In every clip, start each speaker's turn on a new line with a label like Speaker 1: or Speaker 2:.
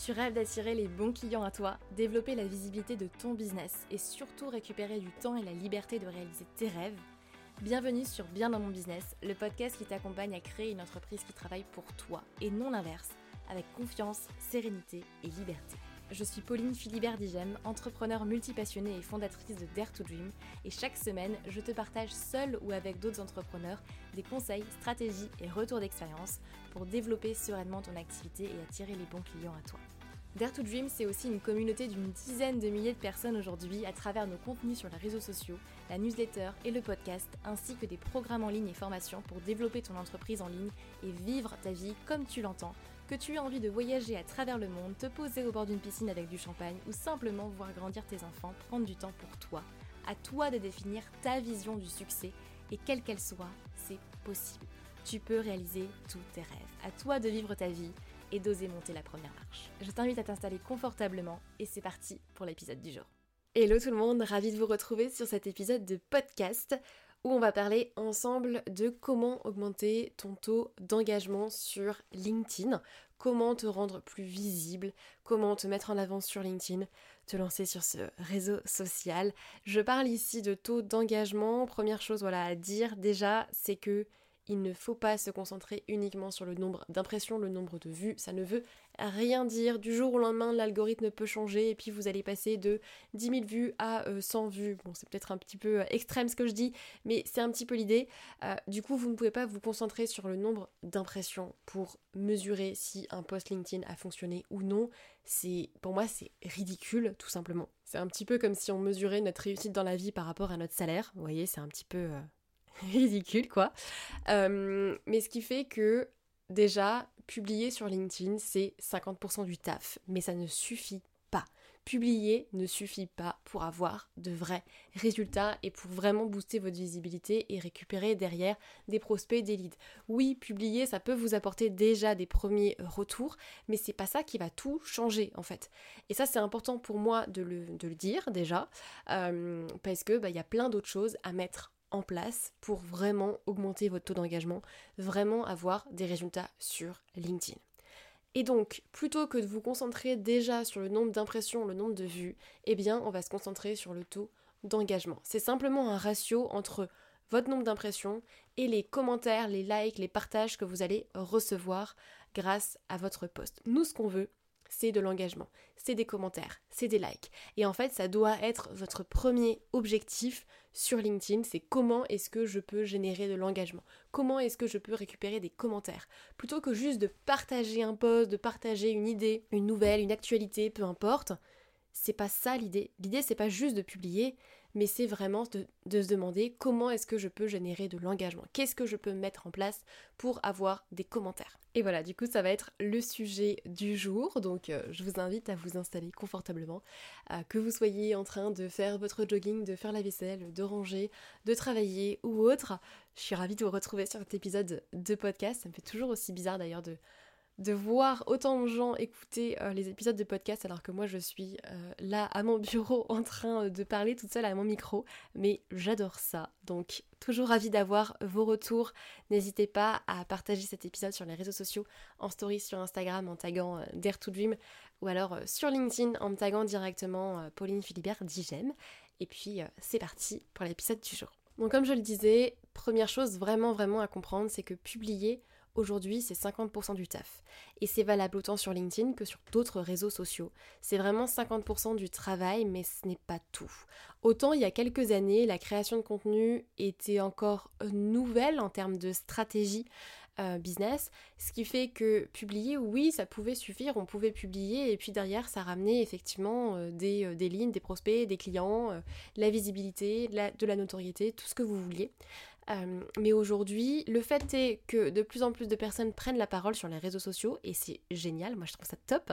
Speaker 1: Tu rêves d'attirer les bons clients à toi, développer la visibilité de ton business et surtout récupérer du temps et la liberté de réaliser tes rêves? Bienvenue sur Bien dans mon business, le podcast qui t'accompagne à créer une entreprise qui travaille pour toi et non l'inverse, avec confiance, sérénité et liberté. Je suis Pauline Philibert-Digem, entrepreneure multipassionnée et fondatrice de Dare to Dream, et chaque semaine, je te partage seule ou avec d'autres entrepreneurs des conseils, stratégies et retours d'expérience pour développer sereinement ton activité et attirer les bons clients à toi. Dare to Dream, c'est aussi une communauté d'une dizaine de milliers de personnes aujourd'hui à travers nos contenus sur les réseaux sociaux, la newsletter et le podcast, ainsi que des programmes en ligne et formations pour développer ton entreprise en ligne et vivre ta vie comme tu l'entends, que tu aies envie de voyager à travers le monde, te poser au bord d'une piscine avec du champagne ou simplement voir grandir tes enfants, prendre du temps pour toi. À toi de définir ta vision du succès et quelle qu'elle soit, c'est possible. Tu peux réaliser tous tes rêves. À toi de vivre ta vie et d'oser monter la première marche. Je t'invite à t'installer confortablement et c'est parti pour l'épisode du jour. Hello tout le monde, ravie de vous retrouver sur cet épisode de podcast où on va parler ensemble de comment augmenter ton taux d'engagement sur LinkedIn, comment te rendre plus visible, comment te mettre en avant sur LinkedIn, te lancer sur ce réseau social. Je parle ici de taux d'engagement. Première chose à dire déjà, c'est que il ne faut pas se concentrer uniquement sur le nombre d'impressions, le nombre de vues, ça ne veut rien dire. Du jour au lendemain, l'algorithme peut changer et puis vous allez passer de 10 000 vues à 100 vues. Bon, c'est peut-être un petit peu extrême ce que je dis, mais c'est un petit peu l'idée. Du coup, vous ne pouvez pas vous concentrer sur le nombre d'impressions pour mesurer si un post LinkedIn a fonctionné ou non. Pour moi, c'est ridicule, tout simplement. C'est un petit peu comme si on mesurait notre réussite dans la vie par rapport à notre salaire. Vous voyez, c'est un petit peu ridicule, quoi. Mais ce qui fait que, déjà, publier sur LinkedIn, c'est 50% du taf. Mais ça ne suffit pas. Publier ne suffit pas pour avoir de vrais résultats et pour vraiment booster votre visibilité et récupérer derrière des prospects, des leads. Oui, publier, ça peut vous apporter déjà des premiers retours, mais c'est pas ça qui va tout changer, en fait. Et ça, c'est important pour moi de le dire, déjà, parce que y a plein d'autres choses à mettre en place pour vraiment augmenter votre taux d'engagement, vraiment avoir des résultats sur LinkedIn. Et donc, plutôt que de vous concentrer déjà sur le nombre d'impressions, le nombre de vues, on va se concentrer sur le taux d'engagement. C'est simplement un ratio entre votre nombre d'impressions et les commentaires, les likes, les partages que vous allez recevoir grâce à votre post. Nous, ce qu'on veut, c'est de l'engagement, c'est des commentaires, c'est des likes. Et en fait, ça doit être votre premier objectif sur LinkedIn, c'est comment est-ce que je peux générer de l'engagement, comment est-ce que je peux récupérer des commentaires. Plutôt que juste de partager un post, de partager une idée, une nouvelle, une actualité, peu importe, c'est pas ça l'idée. L'idée, c'est pas juste de publier, mais c'est vraiment de se demander comment est-ce que je peux générer de l'engagement. Qu'est-ce que je peux mettre en place pour avoir des commentaires. Et voilà, du coup, ça va être le sujet du jour. Donc, je vous invite à vous installer confortablement, que vous soyez en train de faire votre jogging, de faire la vaisselle, de ranger, de travailler ou autre. Je suis ravie de vous retrouver sur cet épisode de podcast. Ça me fait toujours aussi bizarre d'ailleurs de voir autant de gens écouter les épisodes de podcast alors que moi je suis là à mon bureau en train de parler toute seule à mon micro, mais j'adore ça, donc toujours ravie d'avoir vos retours. N'hésitez pas à partager cet épisode sur les réseaux sociaux, en story sur Instagram en taguant Dare to Dream, ou alors sur LinkedIn en me taguant directement Pauline Philibert-Digem, et puis c'est parti pour l'épisode du jour. Donc comme je le disais, première chose vraiment à comprendre, c'est que publier aujourd'hui, c'est 50% du taf. Et c'est valable autant sur LinkedIn que sur d'autres réseaux sociaux. C'est vraiment 50% du travail, mais ce n'est pas tout. Autant il y a quelques années, la création de contenu était encore nouvelle en termes de stratégie business, ce qui fait que publier, oui, ça pouvait suffire, on pouvait publier, et puis derrière, ça ramenait effectivement des lignes, des prospects, des clients, de la visibilité, de la notoriété, tout ce que vous vouliez. Mais aujourd'hui, le fait est que de plus en plus de personnes prennent la parole sur les réseaux sociaux et c'est génial, moi je trouve ça top.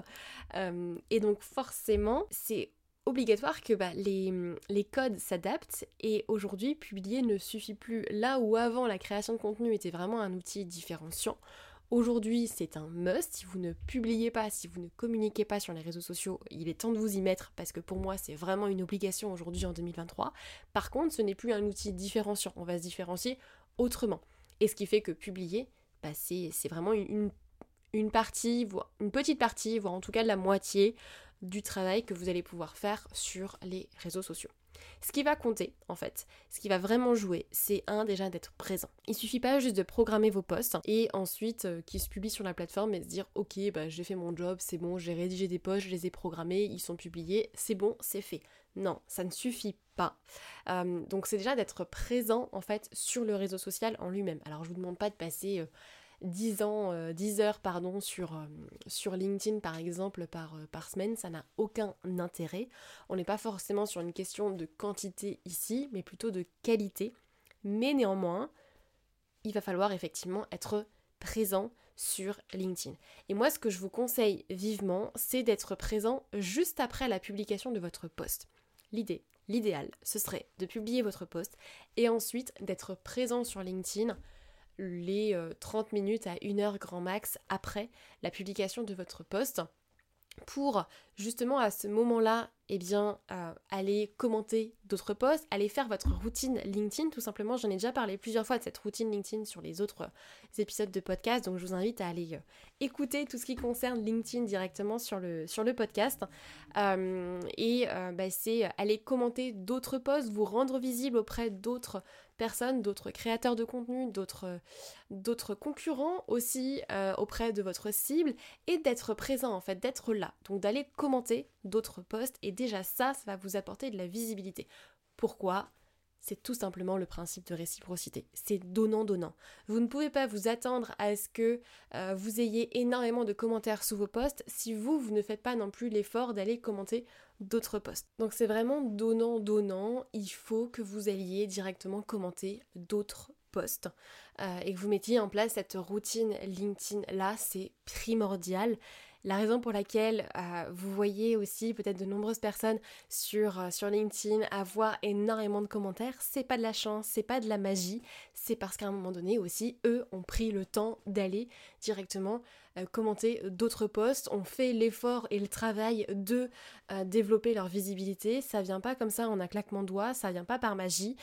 Speaker 1: Et donc forcément, c'est obligatoire que les codes s'adaptent et aujourd'hui, publier ne suffit plus. Là où avant la création de contenu était vraiment un outil différenciant, aujourd'hui c'est un must. Si vous ne publiez pas, si vous ne communiquez pas sur les réseaux sociaux, il est temps de vous y mettre parce que pour moi c'est vraiment une obligation aujourd'hui en 2023. Par contre, ce n'est plus un outil différenciant, on va se différencier autrement. Et ce qui fait que publier, c'est vraiment une petite partie, voire en tout cas la moitié du travail que vous allez pouvoir faire sur les réseaux sociaux. Ce qui va compter, en fait, ce qui va vraiment jouer, c'est déjà d'être présent. Il suffit pas juste de programmer vos posts et ensuite qu'ils se publient sur la plateforme et se dire ok, j'ai fait mon job, c'est bon, j'ai rédigé des posts, je les ai programmés, ils sont publiés, c'est bon, c'est fait. Non, ça ne suffit pas. Donc c'est déjà d'être présent, en fait, sur le réseau social en lui-même. Alors je vous demande pas de passer 10 heures sur LinkedIn par exemple par semaine, ça n'a aucun intérêt. On n'est pas forcément sur une question de quantité ici, mais plutôt de qualité. Mais néanmoins, il va falloir effectivement être présent sur LinkedIn. Et moi, ce que je vous conseille vivement, c'est d'être présent juste après la publication de votre post. L'idéal, ce serait de publier votre post et ensuite d'être présent sur LinkedIn les 30 minutes à 1 heure grand max après la publication de votre post pour justement à ce moment-là aller commenter d'autres posts, aller faire votre routine LinkedIn tout simplement. J'en ai déjà parlé plusieurs fois de cette routine LinkedIn sur les autres épisodes de podcast, donc je vous invite à aller écouter tout ce qui concerne LinkedIn directement sur le podcast c'est aller commenter d'autres posts, vous rendre visible auprès d'autres personnes, d'autres créateurs de contenu, d'autres concurrents aussi auprès de votre cible et d'être présent en fait, d'être là, donc d'aller commenter d'autres posts et déjà ça va vous apporter de la visibilité. Pourquoi ? C'est tout simplement le principe de réciprocité. C'est donnant-donnant. Vous ne pouvez pas vous attendre à ce que vous ayez énormément de commentaires sous vos posts si vous ne faites pas non plus l'effort d'aller commenter d'autres posts. Donc c'est vraiment donnant-donnant. Il faut que vous alliez directement commenter d'autres posts et que vous mettiez en place cette routine LinkedIn là, c'est primordial. La raison pour laquelle vous voyez aussi peut-être de nombreuses personnes sur LinkedIn avoir énormément de commentaires, c'est pas de la chance, c'est pas de la magie, c'est parce qu'à un moment donné aussi, eux ont pris le temps d'aller directement commenter d'autres posts, ont fait l'effort et le travail de développer leur visibilité. Ça vient pas comme ça en un claquement de doigts, ça vient pas par magie.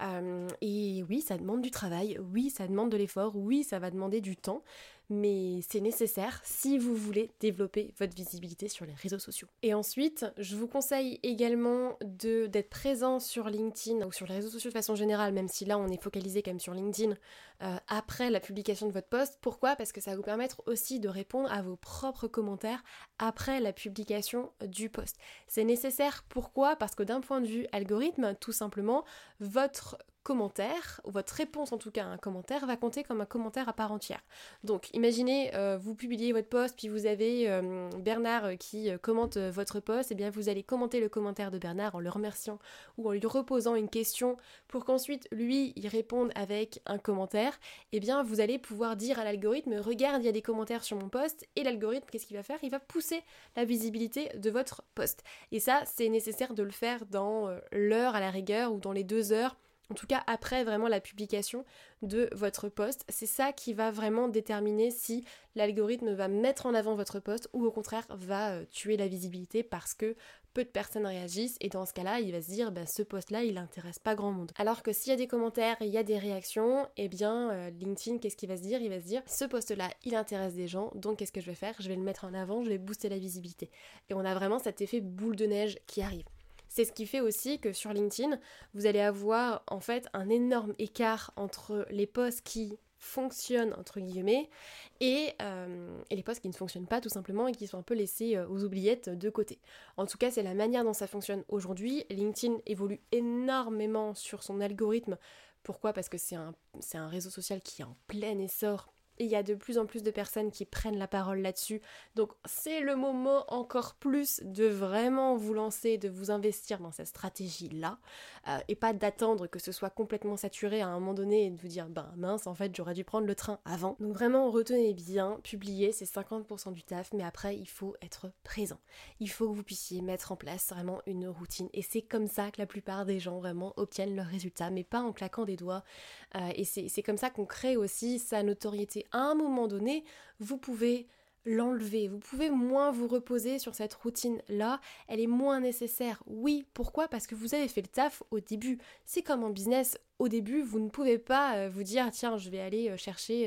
Speaker 1: Et oui, ça demande du travail, oui, ça demande de l'effort, oui, ça va demander du temps. Mais c'est nécessaire si vous voulez développer votre visibilité sur les réseaux sociaux. Et ensuite, je vous conseille également d'être présent sur LinkedIn ou sur les réseaux sociaux de façon générale, même si là on est focalisé quand même sur LinkedIn après la publication de votre post. Pourquoi ? Parce que ça va vous permettre aussi de répondre à vos propres commentaires après la publication du post. C'est nécessaire, pourquoi ? Parce que d'un point de vue algorithme, tout simplement, votre commentaire, ou votre réponse en tout cas à un commentaire, va compter comme un commentaire à part entière. Donc imaginez, vous publiez votre post, puis vous avez Bernard qui commente votre post, et bien vous allez commenter le commentaire de Bernard en le remerciant ou en lui reposant une question pour qu'ensuite lui il réponde avec un commentaire, et bien vous allez pouvoir dire à l'algorithme regarde, il y a des commentaires sur mon post, et l'algorithme qu'est-ce qu'il va faire ? Il va pousser la visibilité de votre post. Et ça c'est nécessaire de le faire dans l'heure à la rigueur ou dans les 2 heures. En tout cas, après vraiment la publication de votre post, c'est ça qui va vraiment déterminer si l'algorithme va mettre en avant votre post ou au contraire va tuer la visibilité parce que peu de personnes réagissent et dans ce cas-là, il va se dire ce post-là, il n'intéresse pas grand monde. Alors que s'il y a des commentaires, il y a des réactions, eh bien LinkedIn, qu'est-ce qu'il va se dire ? Il va se dire ce post-là, il intéresse des gens, donc qu'est-ce que je vais faire ? Je vais le mettre en avant, je vais booster la visibilité. Et on a vraiment cet effet boule de neige qui arrive. C'est ce qui fait aussi que sur LinkedIn, vous allez avoir en fait un énorme écart entre les posts qui fonctionnent entre guillemets et les posts qui ne fonctionnent pas tout simplement et qui sont un peu laissés aux oubliettes de côté. En tout cas, c'est la manière dont ça fonctionne aujourd'hui. LinkedIn évolue énormément sur son algorithme. Pourquoi ? Parce que c'est un réseau social qui est en plein essor. Et il y a de plus en plus de personnes qui prennent la parole là-dessus. Donc c'est le moment encore plus de vraiment vous lancer, de vous investir dans cette stratégie-là. Et pas d'attendre que ce soit complètement saturé à un moment donné et de vous dire mince, en fait j'aurais dû prendre le train avant. Donc vraiment retenez bien, publier c'est 50% du taf, mais après il faut être présent. Il faut que vous puissiez mettre en place vraiment une routine. Et c'est comme ça que la plupart des gens vraiment obtiennent leurs résultats, mais pas en claquant des doigts. Et c'est comme ça qu'on crée aussi sa notoriété. À un moment donné, vous pouvez l'enlever, vous pouvez moins vous reposer sur cette routine-là, elle est moins nécessaire. Oui, pourquoi ? Parce que vous avez fait le taf au début. C'est comme en business, au début, vous ne pouvez pas vous dire tiens, je vais aller chercher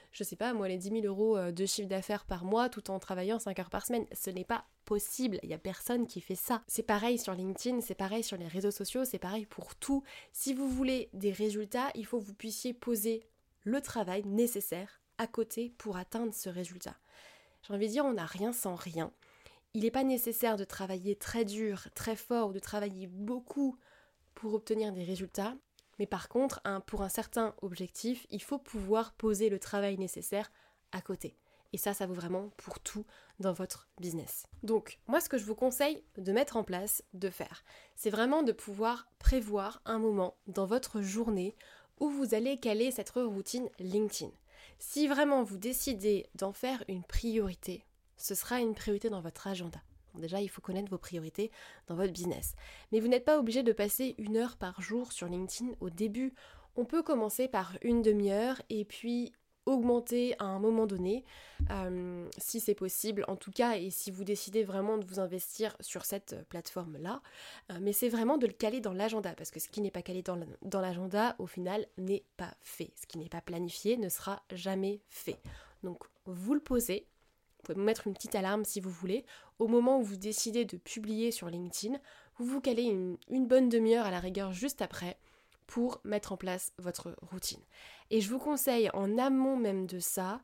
Speaker 1: je sais pas moi, les 10 000 euros de chiffre d'affaires par mois tout en travaillant 5 heures par semaine. Ce n'est pas possible, il n'y a personne qui fait ça. C'est pareil sur LinkedIn, c'est pareil sur les réseaux sociaux, c'est pareil pour tout. Si vous voulez des résultats, il faut que vous puissiez poser le travail nécessaire à côté pour atteindre ce résultat. J'ai envie de dire, on n'a rien sans rien. Il n'est pas nécessaire de travailler très dur, très fort, ou de travailler beaucoup pour obtenir des résultats. Mais par contre, pour un certain objectif, il faut pouvoir poser le travail nécessaire à côté. Et ça vaut vraiment pour tout dans votre business. Donc, moi, ce que je vous conseille de mettre en place, de faire, c'est vraiment de pouvoir prévoir un moment dans votre journée où vous allez caler cette routine LinkedIn. Si vraiment vous décidez d'en faire une priorité, ce sera une priorité dans votre agenda. Déjà, il faut connaître vos priorités dans votre business. Mais vous n'êtes pas obligé de passer 1 heure par jour sur LinkedIn au début. On peut commencer par une demi-heure et puis augmenter à un moment donné, si c'est possible en tout cas, et si vous décidez vraiment de vous investir sur cette plateforme-là. Mais c'est vraiment de le caler dans l'agenda, parce que ce qui n'est pas calé dans l'agenda, au final, n'est pas fait. Ce qui n'est pas planifié ne sera jamais fait. Donc, vous le posez. Vous pouvez mettre une petite alarme si vous voulez. Au moment où vous décidez de publier sur LinkedIn, vous vous calez une bonne demi-heure à la rigueur juste après pour mettre en place votre routine. Et je vous conseille en amont même de ça,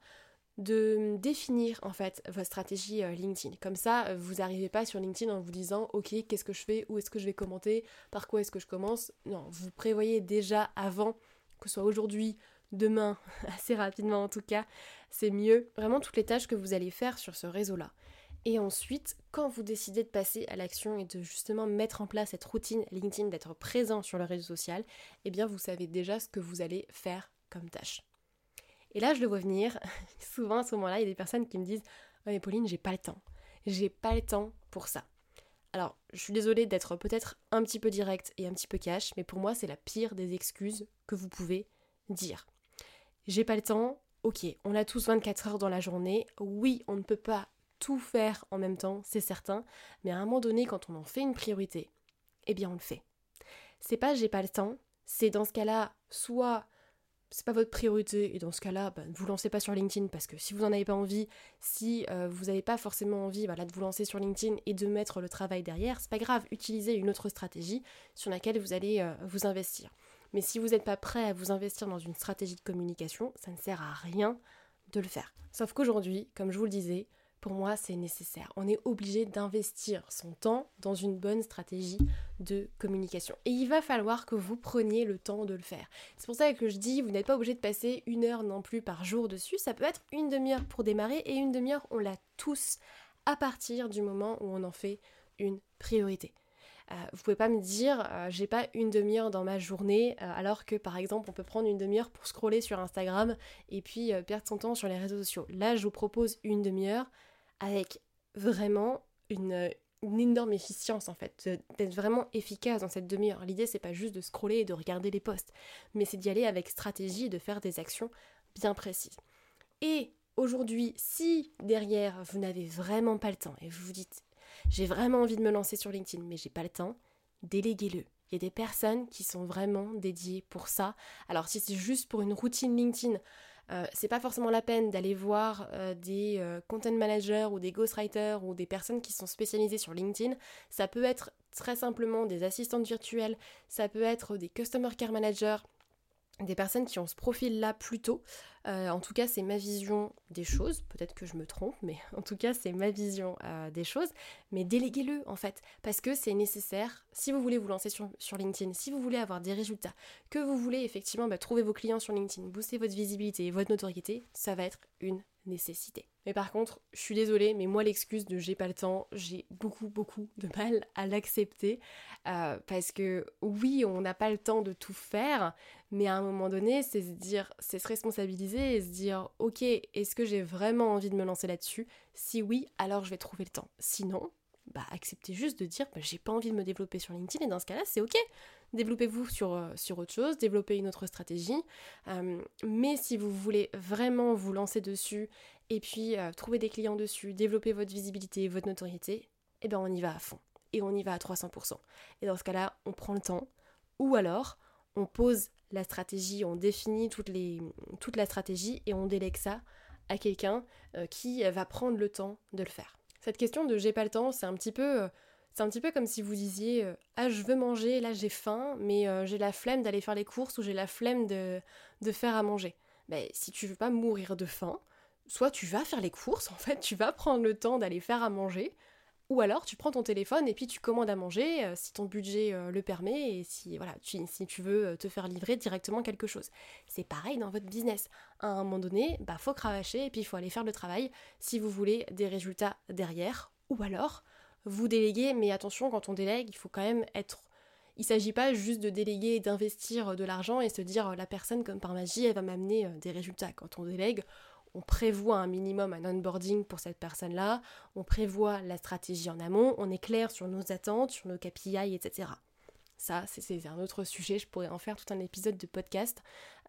Speaker 1: de définir en fait votre stratégie LinkedIn. Comme ça, vous n'arrivez pas sur LinkedIn en vous disant « Ok, qu'est-ce que je fais? Où est-ce que je vais commenter? Par quoi est-ce que je commence ?» Non, vous prévoyez déjà avant, que ce soit aujourd'hui, demain, assez rapidement en tout cas, c'est mieux. Vraiment toutes les tâches que vous allez faire sur ce réseau-là. Et ensuite, quand vous décidez de passer à l'action et de justement mettre en place cette routine LinkedIn, d'être présent sur le réseau social, eh bien vous savez déjà ce que vous allez faire comme tâche. Et là, je le vois venir. Souvent, à ce moment-là, il y a des personnes qui me disent « Ouais, mais Pauline, j'ai pas le temps. J'ai pas le temps pour ça. » Alors, je suis désolée d'être peut-être un petit peu directe et un petit peu cash, mais pour moi, c'est la pire des excuses que vous pouvez dire. J'ai pas le temps, ok, on a tous 24 heures dans la journée, oui, on ne peut pas tout faire en même temps, c'est certain, mais à un moment donné, quand on en fait une priorité, eh bien on le fait. C'est pas j'ai pas le temps, c'est dans ce cas-là, soit c'est pas votre priorité, et dans ce cas-là, ne vous lancez pas sur LinkedIn, parce que si vous n'en avez pas envie, si vous n'avez pas forcément envie de vous lancer sur LinkedIn et de mettre le travail derrière, c'est pas grave, utilisez une autre stratégie sur laquelle vous allez vous investir. Mais si vous n'êtes pas prêt à vous investir dans une stratégie de communication, ça ne sert à rien de le faire. Sauf qu'aujourd'hui, comme je vous le disais, pour moi c'est nécessaire. On est obligé d'investir son temps dans une bonne stratégie de communication. Et il va falloir que vous preniez le temps de le faire. C'est pour ça que je dis, vous n'êtes pas obligé de passer 1 heure non plus par jour dessus. Ça peut être une demi-heure pour démarrer, et une demi-heure, on l'a tous à partir du moment où on en fait une priorité. Vous pouvez pas me dire j'ai pas une demi-heure dans ma journée alors que par exemple on peut prendre une demi-heure pour scroller sur Instagram et puis perdre son temps sur les réseaux sociaux. Là je vous propose une demi-heure avec vraiment une énorme efficience en fait, d'être vraiment efficace dans cette demi-heure. L'idée c'est pas juste de scroller et de regarder les posts, mais c'est d'y aller avec stratégie et de faire des actions bien précises. Et aujourd'hui, si derrière vous n'avez vraiment pas le temps et vous vous dites j'ai vraiment envie de me lancer sur LinkedIn, mais j'ai pas le temps, déléguez-le. Il y a des personnes qui sont vraiment dédiées pour ça. Alors si c'est juste pour une routine LinkedIn, c'est pas forcément la peine d'aller voir des content managers ou des ghostwriters ou des personnes qui sont spécialisées sur LinkedIn. Ça peut être très simplement des assistantes virtuelles, ça peut être des customer care managers, des personnes qui ont ce profil-là plutôt. En tout cas, c'est ma vision des choses. Peut-être que je me trompe, mais en tout cas, c'est ma vision des choses. Mais déléguez-le, en fait, parce que c'est nécessaire. Si vous voulez vous lancer sur LinkedIn, si vous voulez avoir des résultats, que vous voulez effectivement trouver vos clients sur LinkedIn, booster votre visibilité et votre notoriété, ça va être une nécessité. Mais par contre, je suis désolée, mais moi l'excuse de j'ai pas le temps, j'ai beaucoup de mal à l'accepter parce que oui, on n'a pas le temps de tout faire, mais à un moment donné, c'est se responsabiliser et se dire ok, est-ce que j'ai vraiment envie de me lancer là-dessus? Si oui, alors je vais trouver le temps. Sinon, acceptez juste de dire j'ai pas envie de me développer sur LinkedIn, et dans ce cas-là, c'est ok. Développez-vous sur autre chose, développez une autre stratégie. Mais si vous voulez vraiment vous lancer dessus et puis trouver des clients dessus, développer votre visibilité, votre notoriété, eh bien on y va à fond. Et on y va à 300%. Et dans ce cas-là, on prend le temps. Ou alors, on pose la stratégie, on définit toute la stratégie et on délègue ça à quelqu'un qui va prendre le temps de le faire. Cette question de j'ai pas le temps, c'est un petit peu comme si vous disiez ah je veux manger, là j'ai faim, mais j'ai la flemme d'aller faire les courses ou j'ai la flemme de faire à manger. Ben, si tu veux pas mourir de faim, soit tu vas faire les courses, en fait, tu vas prendre le temps d'aller faire à manger, ou alors tu prends ton téléphone et puis tu commandes à manger si ton budget le permet et si tu veux te faire livrer directement quelque chose. C'est pareil dans votre business. À un moment donné, faut cravacher et puis il faut aller faire le travail si vous voulez des résultats derrière. Ou alors, vous déléguez, mais attention, quand on délègue, il faut quand même être... Il ne s'agit pas juste de déléguer et d'investir de l'argent et se dire la personne comme par magie elle va m'amener des résultats. Quand on délègue, on prévoit un minimum un onboarding pour cette personne-là, on prévoit la stratégie en amont, on est clair sur nos attentes, sur nos KPI, etc. Ça, c'est un autre sujet, je pourrais en faire tout un épisode de podcast.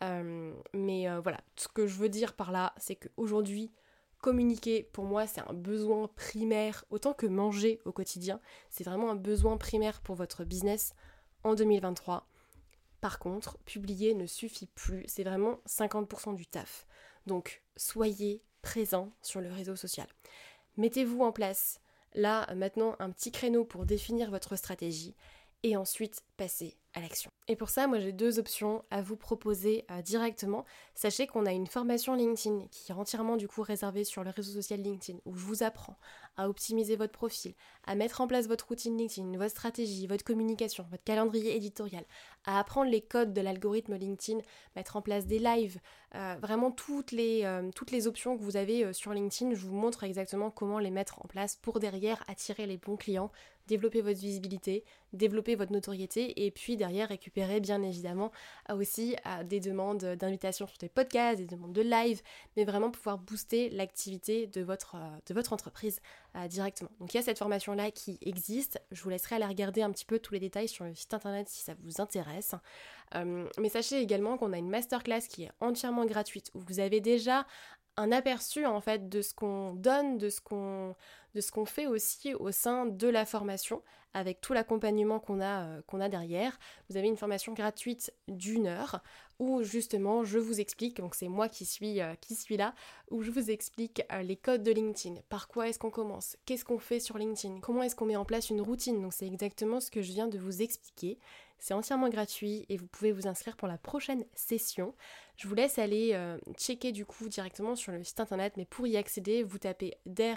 Speaker 1: Mais voilà, ce que je veux dire par là, c'est qu'aujourd'hui, communiquer, pour moi, c'est un besoin primaire, autant que manger au quotidien, c'est vraiment un besoin primaire pour votre business en 2023. Par contre, publier ne suffit plus, c'est vraiment 50% du taf. Donc, soyez présent sur le réseau social. Mettez-vous en place, là, maintenant, un petit créneau pour définir votre stratégie et ensuite passez à l'action. Et pour ça, moi j'ai 2 options à vous proposer directement. Sachez qu'on a une formation LinkedIn qui est entièrement du coup réservée sur le réseau social LinkedIn où je vous apprends à optimiser votre profil, à mettre en place votre routine LinkedIn, votre stratégie, votre communication, votre calendrier éditorial, à apprendre les codes de l'algorithme LinkedIn, mettre en place des lives, vraiment toutes les options que vous avez sur LinkedIn, je vous montre exactement comment les mettre en place pour derrière attirer les bons clients, développer votre visibilité, développer votre notoriété et puis derrière récupérer bien évidemment aussi des demandes d'invitation sur des podcasts, des demandes de live, mais vraiment pouvoir booster l'activité de votre entreprise directement. Donc il y a cette formation là qui existe, je vous laisserai aller regarder un petit peu tous les détails sur le site internet si ça vous intéresse. Mais sachez également qu'on a une masterclass qui est entièrement gratuite où vous avez déjà un aperçu en fait de ce qu'on donne, de ce qu'on fait aussi au sein de la formation avec tout l'accompagnement qu'on a derrière. Vous avez une formation gratuite d'1 heure où justement je vous explique, donc c'est moi qui suis là, où je vous explique les codes de LinkedIn, par quoi est-ce qu'on commence, qu'est-ce qu'on fait sur LinkedIn, comment est-ce qu'on met en place une routine, donc c'est exactement ce que je viens de vous expliquer. C'est entièrement gratuit et vous pouvez vous inscrire pour la prochaine session. Je vous laisse aller checker du coup directement sur le site internet, mais pour y accéder, vous tapez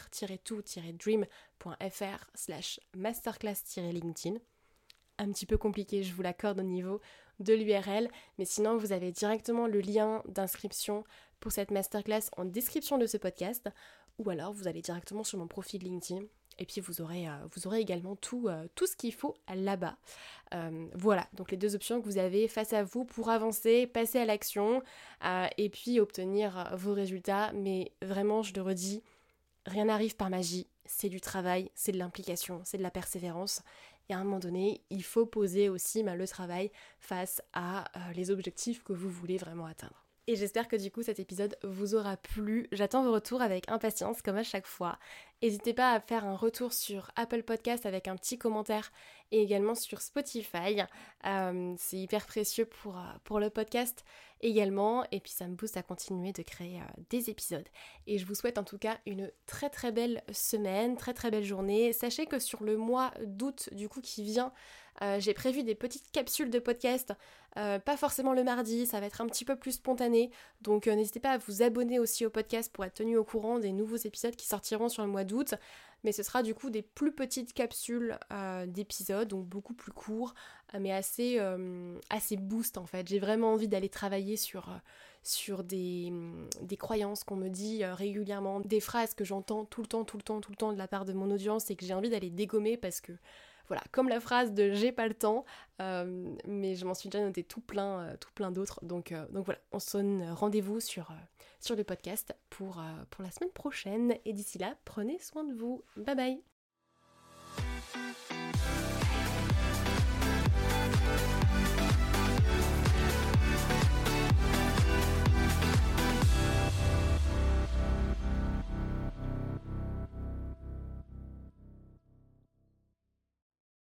Speaker 1: dare-to-dream.fr/masterclass-LinkedIn. Un petit peu compliqué, je vous l'accorde au niveau de l'URL, mais sinon vous avez directement le lien d'inscription pour cette masterclass en description de ce podcast, ou alors vous allez directement sur mon profil LinkedIn. Et puis vous aurez également tout ce qu'il faut là-bas. Voilà, donc les 2 options que vous avez face à vous pour avancer, passer à l'action et puis obtenir vos résultats. Mais vraiment, je le redis, rien n'arrive par magie. C'est du travail, c'est de l'implication, c'est de la persévérance. Et à un moment donné, il faut poser aussi le travail face à les objectifs que vous voulez vraiment atteindre. Et j'espère que du coup cet épisode vous aura plu. J'attends vos retours avec impatience comme à chaque fois. N'hésitez pas à faire un retour sur Apple Podcast avec un petit commentaire et également sur Spotify. C'est hyper précieux pour le podcast également et puis ça me booste à continuer de créer des épisodes. Et je vous souhaite en tout cas une très très belle semaine, très très belle journée. Sachez que sur le mois d'août du coup qui vient, j'ai prévu des petites capsules de podcast, pas forcément le mardi, ça va être un petit peu plus spontané, donc n'hésitez pas à vous abonner aussi au podcast pour être tenu au courant des nouveaux épisodes qui sortiront sur le mois d'août, mais ce sera du coup des plus petites capsules d'épisodes, donc beaucoup plus courts, mais assez boost en fait. J'ai vraiment envie d'aller travailler sur des croyances qu'on me dit régulièrement, des phrases que j'entends tout le temps de la part de mon audience et que j'ai envie d'aller dégommer parce que voilà, comme la phrase de j'ai pas le temps, mais je m'en suis déjà noté tout plein d'autres. Donc voilà, on se donne rendez-vous sur le podcast pour la semaine prochaine. Et d'ici là, prenez soin de vous. Bye bye.